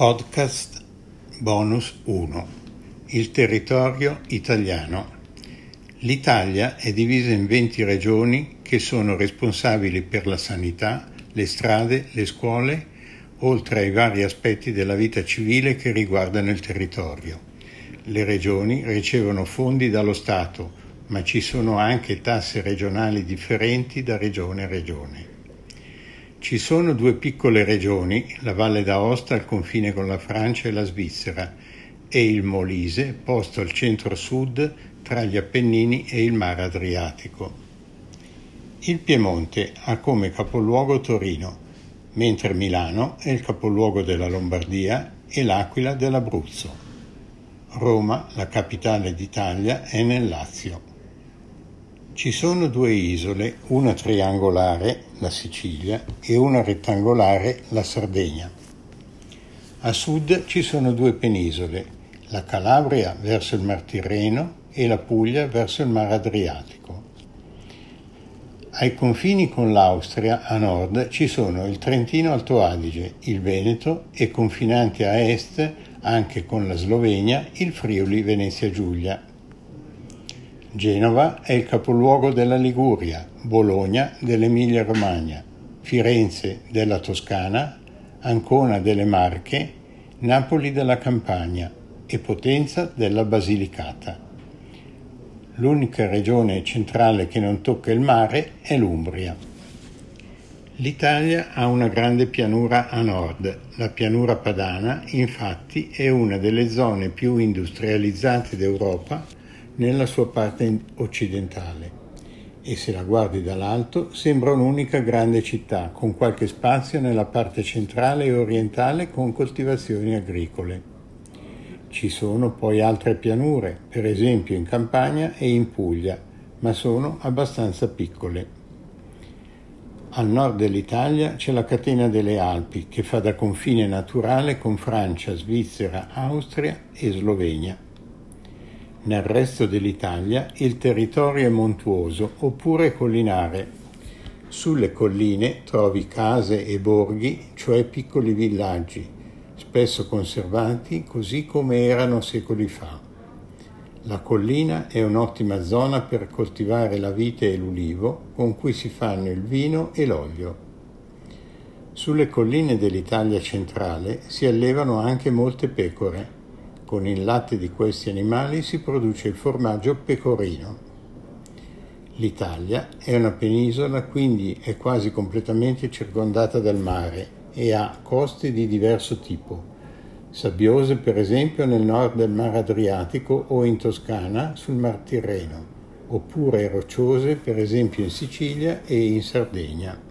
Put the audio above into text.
Podcast Bonus 1. Il territorio italiano. L'Italia è divisa in 20 regioni che sono responsabili per la sanità, le strade, le scuole, oltre ai vari aspetti della vita civile che riguardano il territorio. Le regioni ricevono fondi dallo Stato, ma ci sono anche tasse regionali differenti da regione a regione. Ci sono 2 piccole regioni, la Valle d'Aosta al confine con la Francia e la Svizzera e il Molise, posto al centro-sud tra gli Appennini e il Mar Adriatico. Il Piemonte ha come capoluogo Torino, mentre Milano è il capoluogo della Lombardia e l'Aquila dell'Abruzzo. Roma, la capitale d'Italia, è nel Lazio. Ci sono 2 isole, una triangolare, la Sicilia, e una rettangolare, la Sardegna. A sud ci sono 2 penisole, la Calabria verso il Mar Tirreno e la Puglia verso il Mar Adriatico. Ai confini con l'Austria, a nord, ci sono il Trentino Alto Adige, il Veneto e confinanti a est, anche con la Slovenia, il Friuli Venezia Giulia. Genova è il capoluogo della Liguria, Bologna dell'Emilia Romagna, Firenze della Toscana, Ancona delle Marche, Napoli della Campania e Potenza della Basilicata. L'unica regione centrale che non tocca il mare è l'Umbria. L'Italia ha una grande pianura a nord. La pianura padana, infatti, è una delle zone più industrializzate d'Europa nella sua parte occidentale e se la guardi dall'alto sembra un'unica grande città con qualche spazio nella parte centrale e orientale con coltivazioni agricole. Ci sono poi altre pianure, per esempio in Campania e in Puglia, ma sono abbastanza piccole. Al nord dell'Italia c'è la catena delle Alpi che fa da confine naturale con Francia, Svizzera, Austria e Slovenia. Nel resto dell'Italia il territorio è montuoso oppure collinare. Sulle colline trovi case e borghi, cioè piccoli villaggi, spesso conservati così come erano secoli fa. La collina è un'ottima zona per coltivare la vite e l'ulivo, con cui si fanno il vino e l'olio. Sulle colline dell'Italia centrale si allevano anche molte pecore. Con il latte di questi animali si produce il formaggio pecorino. L'Italia è una penisola, quindi è quasi completamente circondata dal mare e ha coste di diverso tipo. Sabbiose per esempio nel nord del Mar Adriatico o in Toscana sul Mar Tirreno, oppure rocciose per esempio in Sicilia e in Sardegna.